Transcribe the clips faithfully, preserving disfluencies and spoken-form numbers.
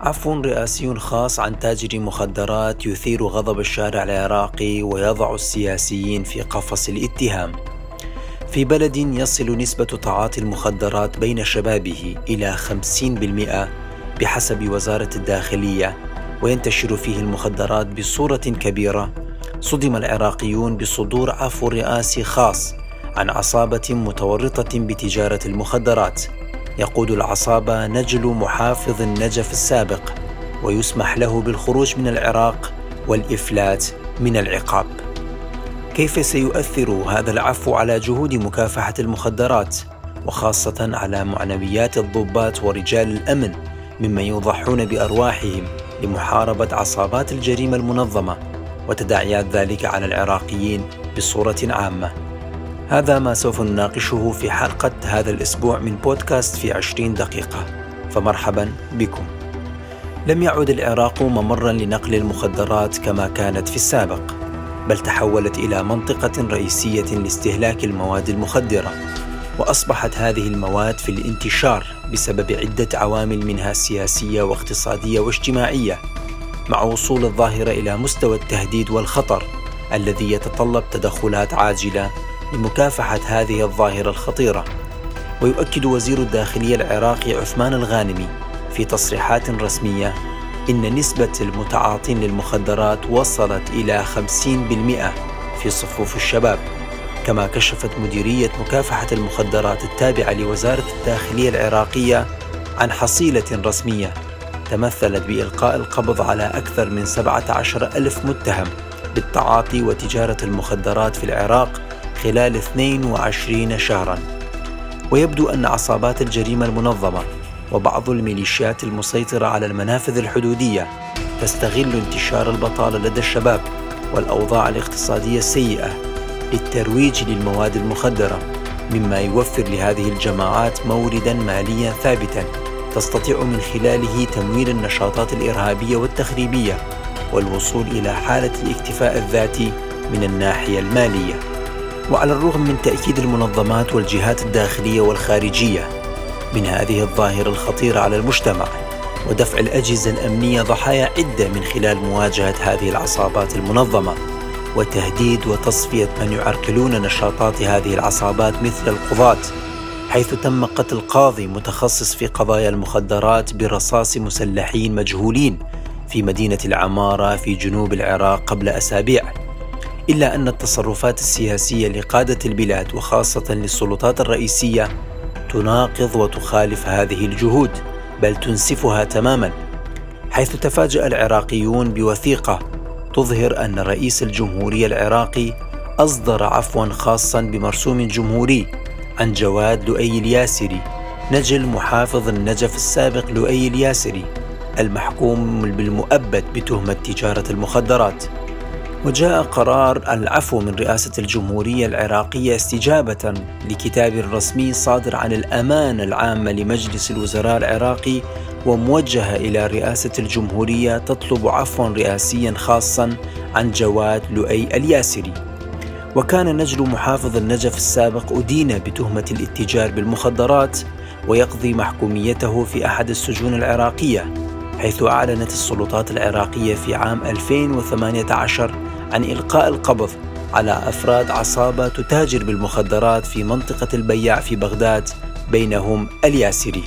عفو رئاسي خاص عن تاجر مخدرات يثير غضب الشارع العراقي ويضع السياسيين في قفص الاتهام. في بلد يصل نسبة تعاطي المخدرات بين شبابه إلى خمسين بالمئة بحسب وزارة الداخلية، وينتشر فيه المخدرات بصورة كبيرة، صدم العراقيون بصدور عفو رئاسي خاص عن عصابة متورطة بتجارة المخدرات. يقود العصابة نجل محافظ النجف السابق، ويسمح له بالخروج من العراق والإفلات من العقاب. كيف سيؤثر هذا العفو على جهود مكافحة المخدرات، وخاصة على معنويات الضباط ورجال الأمن ممن يضحون بأرواحهم لمحاربة عصابات الجريمة المنظمة وتداعيات ذلك على العراقيين بصورة عامة؟ هذا ما سوف نناقشه في حلقة هذا الأسبوع من بودكاست في عشرين دقيقة، فمرحبا بكم. لم يعد العراق ممرا لنقل المخدرات كما كانت في السابق، بل تحولت إلى منطقة رئيسية لاستهلاك المواد المخدرة، وأصبحت هذه المواد في الانتشار بسبب عدة عوامل منها سياسية واقتصادية واجتماعية، مع وصول الظاهرة إلى مستوى التهديد والخطر الذي يتطلب تدخلات عاجلة لمكافحة هذه الظاهرة الخطيرة. ويؤكد وزير الداخلية العراقي عثمان الغانمي في تصريحات رسمية إن نسبة المتعاطين للمخدرات وصلت إلى خمسين بالمئة في صفوف الشباب. كما كشفت مديرية مكافحة المخدرات التابعة لوزارة الداخلية العراقية عن حصيلة رسمية تمثلت بإلقاء القبض على أكثر من سبعة عشر ألف متهم بالتعاطي وتجارة المخدرات في العراق خلال اثنين وعشرين شهرا. ويبدو أن عصابات الجريمة المنظمة وبعض الميليشيات المسيطرة على المنافذ الحدودية تستغل انتشار البطالة لدى الشباب والأوضاع الاقتصادية السيئة للترويج للمواد المخدرة، مما يوفر لهذه الجماعات موردا ماليا ثابتا تستطيع من خلاله تمويل النشاطات الإرهابية والتخريبية والوصول إلى حالة الاكتفاء الذاتي من الناحية المالية. وعلى الرغم من تأكيد المنظمات والجهات الداخلية والخارجية من هذه الظاهرة الخطيرة على المجتمع ودفع الأجهزة الأمنية ضحايا عدة من خلال مواجهة هذه العصابات المنظمة وتهديد وتصفية من يعرقلون نشاطات هذه العصابات مثل القضاة، حيث تم قتل قاضي متخصص في قضايا المخدرات برصاص مسلحين مجهولين في مدينة العمارة في جنوب العراق قبل أسابيع. إلا أن التصرفات السياسية لقادة البلاد وخاصة للسلطات الرئيسية تناقض وتخالف هذه الجهود، بل تنسفها تماما، حيث تفاجأ العراقيون بوثيقة تظهر أن رئيس الجمهورية العراقي أصدر عفوا خاصا بمرسوم جمهوري عن جواد لؤي الياسري، نجل محافظ النجف السابق لؤي الياسري المحكوم بالمؤبد بتهمة تجارة المخدرات. وجاء قرار العفو من رئاسة الجمهورية العراقية استجابة لكتاب رسمي صادر عن الأمانة العامة لمجلس الوزراء العراقي، وموجهة إلى رئاسة الجمهورية تطلب عفوا رئاسيا خاصا عن جواد لؤي الياسري. وكان نجل محافظ النجف السابق أدين بتهمة الاتجار بالمخدرات ويقضي محكوميته في أحد السجون العراقية، حيث أعلنت السلطات العراقية في عام ألفين وثمانية عشر عن إلقاء القبض على أفراد عصابة تتاجر بالمخدرات في منطقة البياع في بغداد، بينهم الياسري.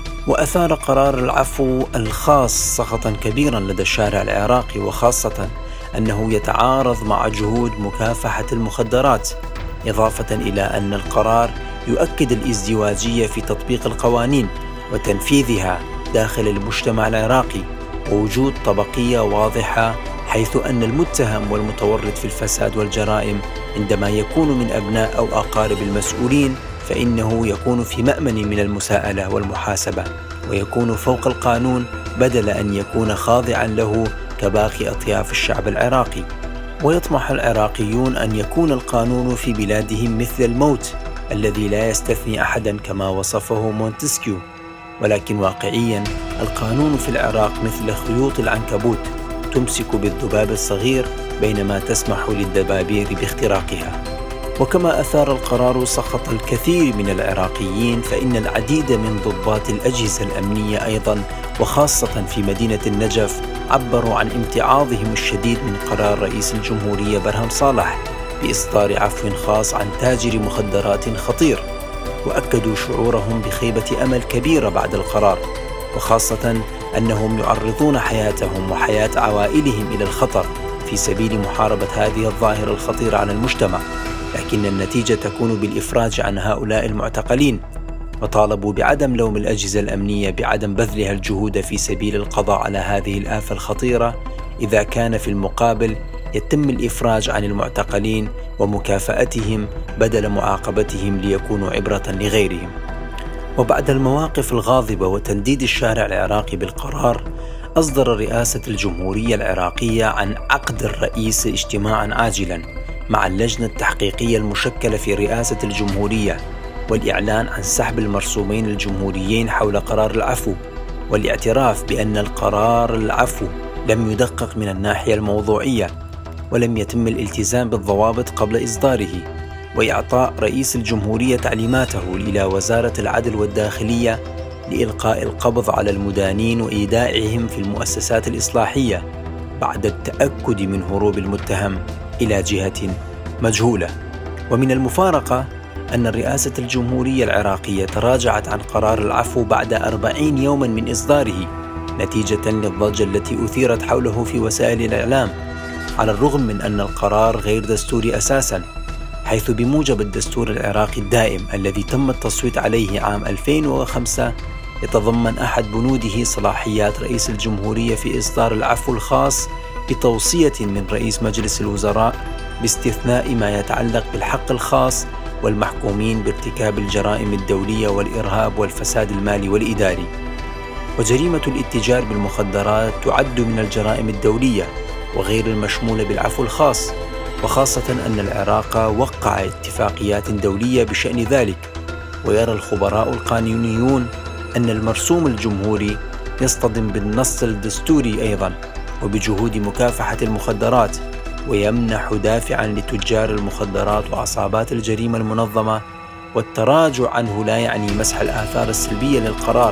وأثار قرار العفو الخاص سخطا كبيرا لدى الشارع العراقي، وخاصة أنه يتعارض مع جهود مكافحة المخدرات، إضافة إلى أن القرار يؤكد الازدواجية في تطبيق القوانين وتنفيذها داخل المجتمع العراقي، ووجود طبقية واضحة، حيث أن المتهم والمتورط في الفساد والجرائم عندما يكون من أبناء أو أقارب المسؤولين فإنه يكون في مأمن من المساءلة والمحاسبة، ويكون فوق القانون بدل أن يكون خاضعا له كباقي أطياف الشعب العراقي. ويطمح العراقيون أن يكون القانون في بلادهم مثل الموت الذي لا يستثني أحدا كما وصفه مونتسكيو، ولكن واقعيا القانون في العراق مثل خيوط العنكبوت تمسك بالذباب الصغير بينما تسمح للدبابير باختراقها. وكما أثار القرار سخط الكثير من العراقيين، فإن العديد من ضباط الأجهزة الأمنية أيضا وخاصة في مدينة النجف عبروا عن امتعاضهم الشديد من قرار رئيس الجمهورية برهم صالح بإصدار عفو خاص عن تاجر مخدرات خطير، وأكدوا شعورهم بخيبة أمل كبيرة بعد القرار، وخاصة أنهم يعرضون حياتهم وحياة عوائلهم إلى الخطر في سبيل محاربة هذه الظاهرة الخطيرة على المجتمع، لكن النتيجة تكون بالإفراج عن هؤلاء المعتقلين. وطالبوا بعدم لوم الأجهزة الأمنية بعدم بذلها الجهود في سبيل القضاء على هذه الآفة الخطيرة، إذا كان في المقابل يتم الإفراج عن المعتقلين ومكافأتهم بدل معاقبتهم ليكونوا عبرة لغيرهم. وبعد المواقف الغاضبة وتنديد الشارع العراقي بالقرار، أصدر رئاسة الجمهورية العراقية عن عقد الرئيس اجتماعا عاجلا مع اللجنة التحقيقية المشكلة في رئاسة الجمهورية، والإعلان عن سحب المرسومين الجمهوريين حول قرار العفو، والاعتراف بأن القرار العفو لم يدقق من الناحية الموضوعية ولم يتم الالتزام بالضوابط قبل إصداره، وإعطاء رئيس الجمهورية تعليماته إلى وزارة العدل والداخلية لإلقاء القبض على المدانين وإيداعهم في المؤسسات الإصلاحية بعد التأكد من هروب المتهم إلى جهة مجهولة. ومن المفارقة أن الرئاسة الجمهورية العراقية تراجعت عن قرار العفو بعد أربعين يوما من إصداره نتيجة للضجة التي أثيرت حوله في وسائل الإعلام، على الرغم من أن القرار غير دستوري أساسا، حيث بموجب الدستور العراقي الدائم الذي تم التصويت عليه عام ألفين وخمسة يتضمن أحد بنوده صلاحيات رئيس الجمهورية في إصدار العفو الخاص بتوصية من رئيس مجلس الوزراء باستثناء ما يتعلق بالحق الخاص والمحكومين بارتكاب الجرائم الدولية والإرهاب والفساد المالي والإداري. وجريمة الاتجار بالمخدرات تعد من الجرائم الدولية وغير المشمولة بالعفو الخاص، وخاصة أن العراق وقع اتفاقيات دولية بشأن ذلك. ويرى الخبراء القانونيون أن المرسوم الجمهوري يصطدم بالنص الدستوري أيضا وبجهود مكافحة المخدرات، ويمنح دافعا لتجار المخدرات وعصابات الجريمة المنظمة، والتراجع عنه لا يعني مسح الآثار السلبية للقرار،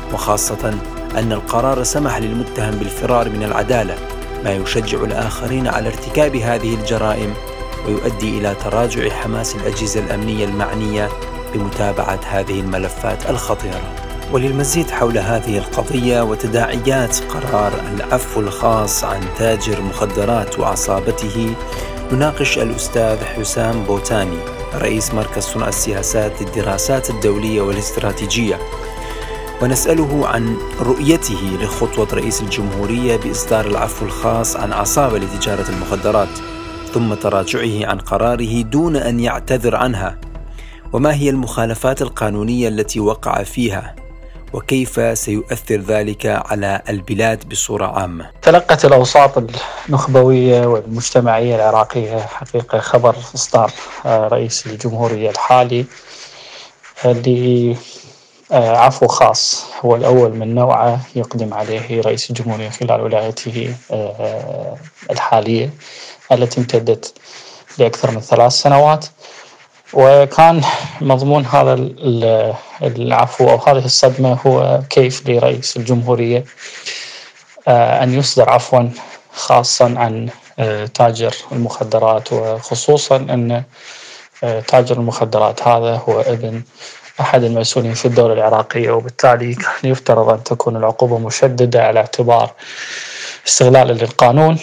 وخاصة أن القرار سمح للمتهم بالفرار من العدالة، ما يشجع الآخرين على ارتكاب هذه الجرائم ويؤدي إلى تراجع حماس الأجهزة الأمنية المعنية بمتابعة هذه الملفات الخطيرة. وللمزيد حول هذه القضية وتداعيات قرار العفو الخاص عن تاجر مخدرات وعصابته، نناقش الأستاذ حسام بوتاني رئيس مركز صنع السياسات للدراسات الدولية والاستراتيجية، ونسأله عن رؤيته لخطوة رئيس الجمهورية بإصدار العفو الخاص عن عصابة لتجارة المخدرات ثم تراجعه عن قراره دون أن يعتذر عنها، وما هي المخالفات القانونية التي وقع فيها، وكيف سيؤثر ذلك على البلاد بصورة عامة. تلقت الأوساط النخبوية والمجتمعية العراقية حقيقة خبر إصدار رئيس الجمهورية الحالي لعفو خاص هو الأول من نوعه يقدم عليه رئيس الجمهورية خلال ولايته الحالية التي امتدت لأكثر من ثلاث سنوات. وكان مضمون هذا العفو أو هذه الصدمة هو كيف لرئيس الجمهورية أن يصدر عفوا خاصا عن تاجر المخدرات، وخصوصا أن تاجر المخدرات هذا هو ابن أحد المسؤولين في الدولة العراقية، وبالتالي كان يفترض أن تكون العقوبة مشددة على اعتبار استغلال للقانون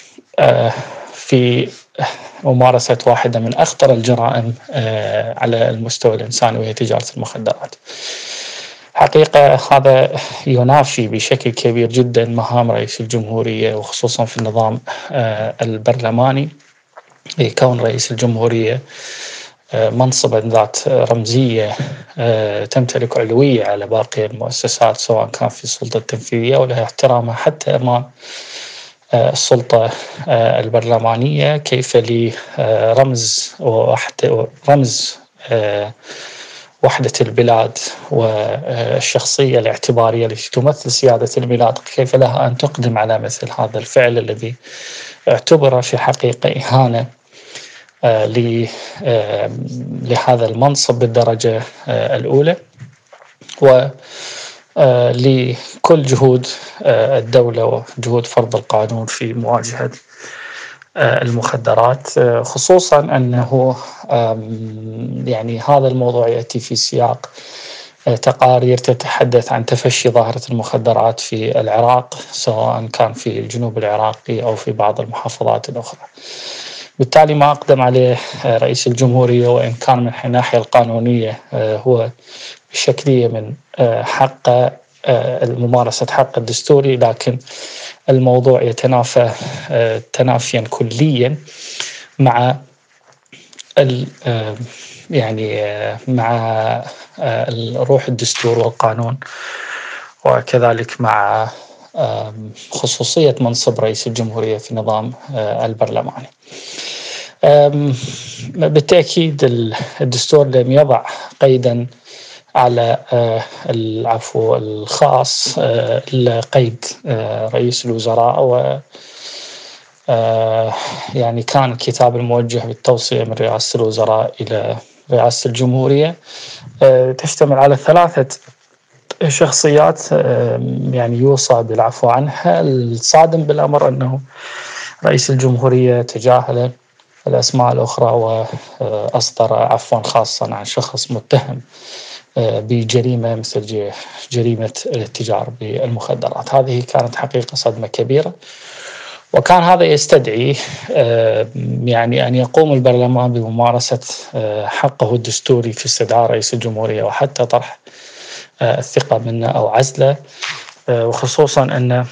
في ممارسة واحدة من أخطر الجرائم على المستوى الإنساني وهي تجارة المخدرات. حقيقة هذا ينافي بشكل كبير جدا مهام رئيس الجمهورية، وخصوصا في النظام البرلماني، لكون رئيس الجمهورية منصبا ذات رمزية تمتلك علوية على باقي المؤسسات سواء كان في السلطة التنفيذية ولها احترامها حتى أمام السلطة البرلمانية، كيف لرمز رمز وحدة البلاد والشخصية الاعتبارية التي تمثل سيادة البلاد، كيف لها أن تقدم على مثل هذا الفعل الذي اعتبر في حقيقة إهانة لهذا المنصب بالدرجة الأولى، و لكل جهود الدولة وجهود فرض القانون في مواجهة المخدرات، خصوصا أنه يعني هذا الموضوع يأتي في سياق تقارير تتحدث عن تفشي ظاهرة المخدرات في العراق، سواء كان في الجنوب العراقي أو في بعض المحافظات الأخرى. بالتالي ما أقدم عليه رئيس الجمهورية، وإن كان من الناحية القانونية هو بشكلية من حق الممارسة حق الدستوري، لكن الموضوع يتنافى تنافيا كليا مع يعني مع روح الدستور والقانون، وكذلك مع خصوصية منصب رئيس الجمهورية في النظام البرلماني. بالتأكيد الدستور لم يضع قيدا على العفو الخاص إلا قيد رئيس الوزراء، و يعني كان الكتاب الموجه بالتوصية من رئاسة الوزراء إلى رئاسة الجمهورية تشتمل على ثلاثة شخصيات يعني يوصى بالعفو عنها. الصادم بالأمر أنه رئيس الجمهورية تجاهل الأسماء الأخرى وأصدر عفوا خاصا عن شخص متهم بجريمة مثل جريمة الاتجار بالمخدرات. هذه كانت حقيقة صدمة كبيرة، وكان هذا يستدعي يعني أن يقوم البرلمان بممارسة حقه الدستوري في استدعاء رئيس الجمهورية وحتى طرح الثقة منه أو عزله، وخصوصا أن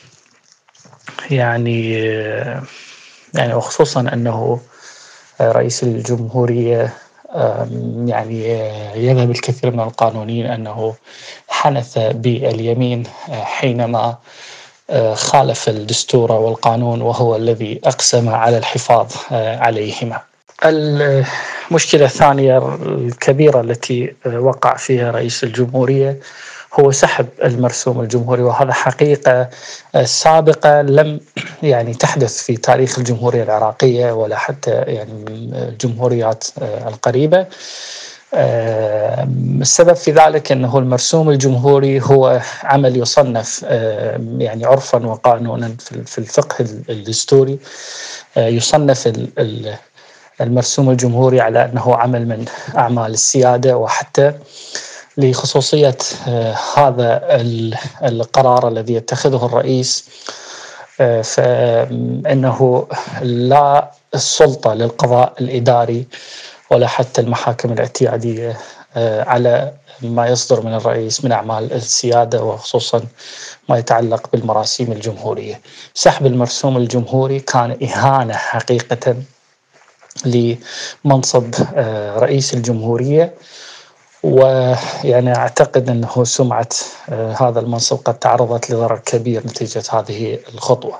يعني يعني وخصوصا أنه رئيس الجمهورية يعني يذهب الكثير من القانونيين أنه حنث باليمين حينما خالف الدستور والقانون، وهو الذي أقسم على الحفاظ عليهما. المشكلة الثانية الكبيرة التي وقع فيها رئيس الجمهورية هو سحب المرسوم الجمهوري، وهذا حقيقة سابقة لم يعني تحدث في تاريخ الجمهورية العراقية ولا حتى يعني الجمهوريات القريبة. السبب في ذلك أنه المرسوم الجمهوري هو عمل يصنف يعني عرفا وقانونا في الفقه الدستوري، يصنف المرسوم الجمهوري على أنه عمل من أعمال السيادة، وحتى لخصوصية هذا القرار الذي يتخذه الرئيس فإنه لا السلطة للقضاء الإداري ولا حتى المحاكم الاعتيادية على ما يصدر من الرئيس من أعمال السيادة، وخصوصا ما يتعلق بالمراسيم الجمهورية. سحب المرسوم الجمهوري كان إهانة حقيقة لمنصب رئيس الجمهورية، ويعني أعتقد أنه سمعة هذا المنصب قد تعرضت لضرر كبير نتيجة هذه الخطوة.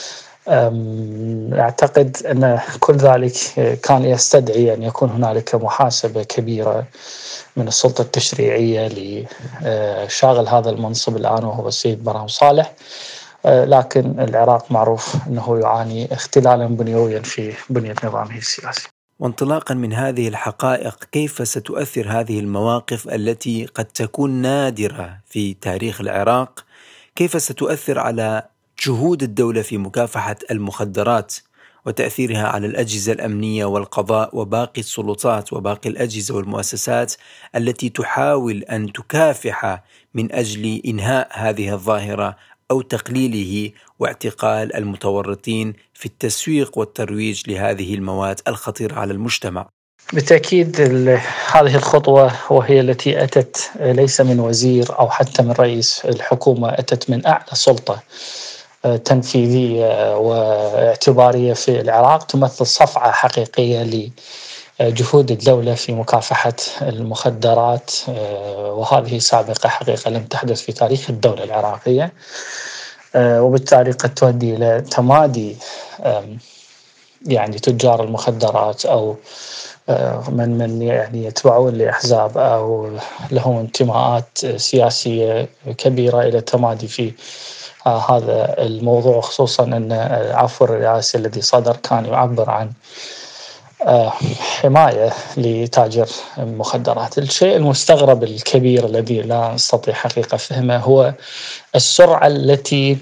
أعتقد أن كل ذلك كان يستدعي أن يكون هنالك محاسبة كبيرة من السلطة التشريعية لشاغل هذا المنصب الآن وهو السيد برهم صالح، لكن العراق معروف أنه يعاني اختلالا بنيويا في بنية نظامه السياسي. وانطلاقا من هذه الحقائق، كيف ستؤثر هذه المواقف التي قد تكون نادرة في تاريخ العراق، كيف ستؤثر على جهود الدولة في مكافحة المخدرات وتأثيرها على الأجهزة الأمنية والقضاء وباقي السلطات وباقي الأجهزة والمؤسسات التي تحاول أن تكافح من أجل إنهاء هذه الظاهرة أو تقليله واعتقال المتورطين في التسويق والترويج لهذه المواد الخطيرة على المجتمع؟ بالتأكيد هذه الخطوة وهي التي أتت ليس من وزير أو حتى من رئيس الحكومة، أتت من أعلى سلطة تنفيذية واعتبارية في العراق، تمثل صفعة حقيقية لجهود الدولة في مكافحة المخدرات، وهذه سابقة حقيقة لم تحدث في تاريخ الدولة العراقية، وبالتالي قد تؤدي إلى تمادي يعني تجار المخدرات أو من من يعني يتبعون لأحزاب أو لهم انتماءات سياسية كبيرة إلى التمادي في هذا الموضوع، خصوصا أن عفو الرئاسي الذي صدر كان يعبر عن حماية لتاجر مخدرات. الشيء المستغرب الكبير الذي لا نستطيع حقيقة فهمه هو السرعة التي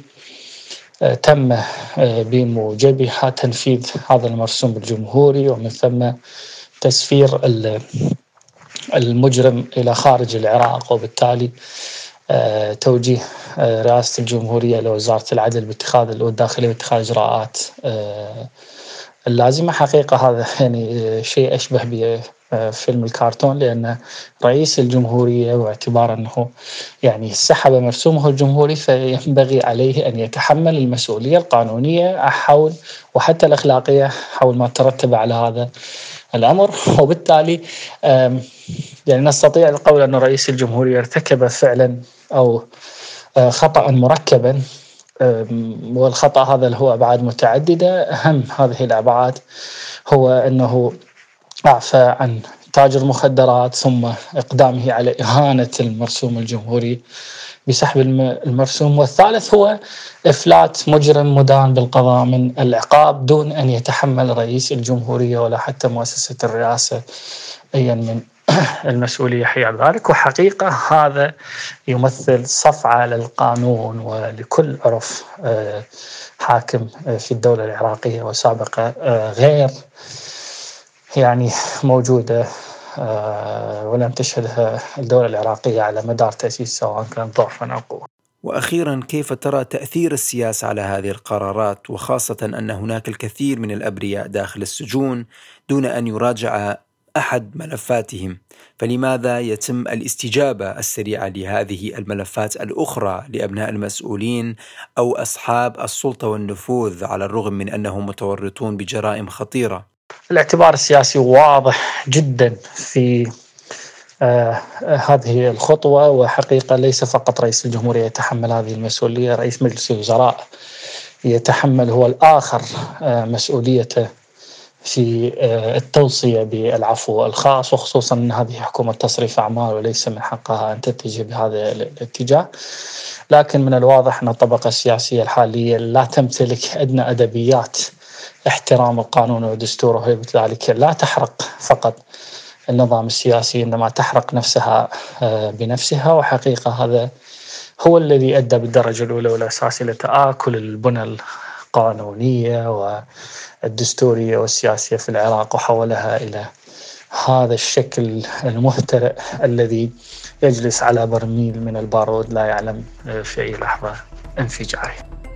تم بموجبها تنفيذ هذا المرسوم الجمهوري، ومن ثم تسفير المجرم إلى خارج العراق، وبالتالي توجيه رئاسة الجمهورية لوزارة العدل باتخاذ والداخلية باتخاذ إجراءات اللازمة. حقيقة هذا يعني شيء أشبه بفيلم الكرتون، لأن رئيس الجمهورية واعتبار أنه يعني سحب مرسومه الجمهوري فينبغي عليه أن يتحمل المسؤولية القانونية حول وحتى الأخلاقية حول ما ترتب على هذا الأمر. وبالتالي يعني نستطيع القول أن رئيس الجمهورية ارتكب فعلا أو خطأ مركبا، والخطأ هذا له أبعاد متعددة. أهم هذه الأبعاد هو أنه أعفى عن تاجر مخدرات، ثم إقدامه على إهانة المرسوم الجمهوري بسحب المرسوم، والثالث هو إفلات مجرم مدان بالقضاء من العقاب دون أن يتحمل رئيس الجمهورية ولا حتى مؤسسة الرئاسة أيا من المسؤولية حيال ذلك. وحقيقة هذا يمثل صفعة للقانون ولكل عرف حاكم في الدولة العراقية وسابقة غير يعني موجودة ولم تشهدها الدولة العراقية على مدار تأسيس سواء كان ضعفا أو قوة. وأخيرا، كيف ترى تأثير السياسة على هذه القرارات، وخاصة أن هناك الكثير من الأبرياء داخل السجون دون أن يراجع أحد ملفاتهم؟ فلماذا يتم الاستجابة السريعة لهذه الملفات الأخرى لأبناء المسؤولين أو أصحاب السلطة والنفوذ على الرغم من أنهم متورطون بجرائم خطيرة؟ الاعتبار السياسي واضح جدا في آه هذه الخطوة، وحقيقة ليس فقط رئيس الجمهورية يتحمل هذه المسؤولية، رئيس مجلس الوزراء يتحمل هو الآخر آه مسؤوليته في التوصية بالعفو الخاص، وخصوصا أن هذه حكومة تصريف أعمال وليس من حقها أن تتجه بهذا الاتجاه. لكن من الواضح أن الطبقة السياسية الحالية لا تمتلك أدنى أدبيات احترام القانون والدستور، وهي بذلك لا تحرق فقط النظام السياسي إنما تحرق نفسها بنفسها. وحقيقة هذا هو الذي أدى بالدرجة الأولى والأساسية لتآكل البنى القانونية والدستورية والسياسية في العراق، وحولها إلى هذا الشكل المهترئ الذي يجلس على برميل من البارود لا يعلم في أي لحظة انفجاره.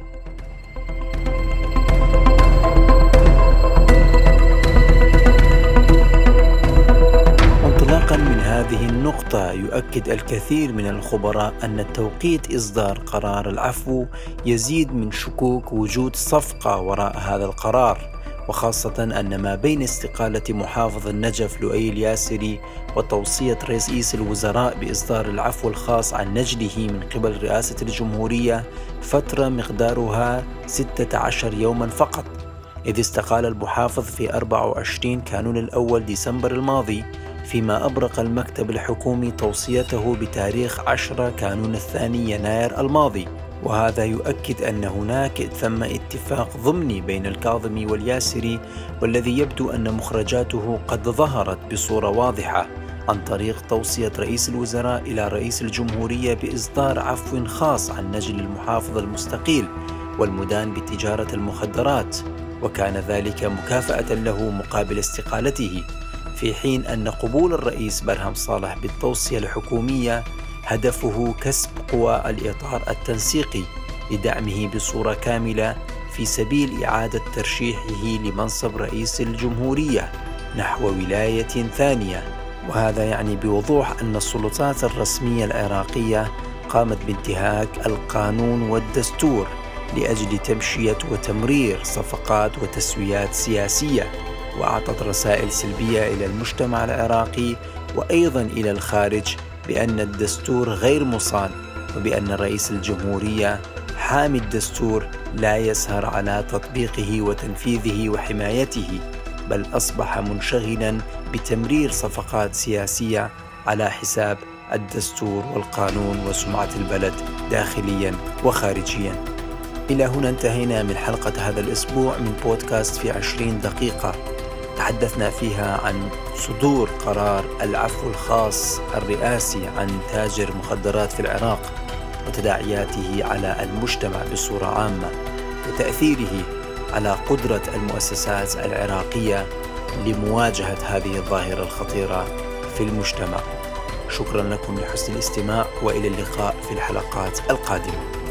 انطلاقا من هذه النقطة، يؤكد الكثير من الخبراء أن توقيت إصدار قرار العفو يزيد من شكوك وجود صفقة وراء هذا القرار، وخاصة أن ما بين استقالة محافظ النجف لؤي الياسري وتوصية رئيس الوزراء بإصدار العفو الخاص عن نجله من قبل رئاسة الجمهورية فترة مقدارها ستة عشر يوما فقط، إذ استقال المحافظ في أربعة وعشرين كانون الأول ديسمبر الماضي، فيما أبرق المكتب الحكومي توصيته بتاريخ عشرة كانون الثاني يناير الماضي. وهذا يؤكد أن هناك ثم اتفاق ضمني بين الكاظمي والياسري، والذي يبدو أن مخرجاته قد ظهرت بصورة واضحة عن طريق توصية رئيس الوزراء إلى رئيس الجمهورية بإصدار عفو خاص عن نجل المحافظ المستقيل والمدان بتجارة المخدرات، وكان ذلك مكافأة له مقابل استقالته، في حين أن قبول الرئيس برهم صالح بالتوصية الحكومية هدفه كسب قوى الإطار التنسيقي لدعمه بصورة كاملة في سبيل إعادة ترشيحه لمنصب رئيس الجمهورية نحو ولاية ثانية. وهذا يعني بوضوح أن السلطات الرسمية العراقية قامت بانتهاك القانون والدستور لأجل تمشية وتمرير صفقات وتسويات سياسية، وأعطت رسائل سلبية إلى المجتمع العراقي وأيضا إلى الخارج بأن الدستور غير مصان، وبأن رئيس الجمهورية حامي الدستور لا يسهر على تطبيقه وتنفيذه وحمايته، بل أصبح منشغلا بتمرير صفقات سياسية على حساب الدستور والقانون وسمعة البلد داخليا وخارجيا. إلى هنا انتهينا من حلقة هذا الأسبوع من بودكاست في عشرين دقيقة. تحدثنا فيها عن صدور قرار العفو الخاص الرئاسي عن تاجر مخدرات في العراق وتداعياته على المجتمع بصورة عامة وتأثيره على قدرة المؤسسات العراقية لمواجهة هذه الظاهرة الخطيرة في المجتمع. شكرا لكم لحسن الاستماع، وإلى اللقاء في الحلقات القادمة.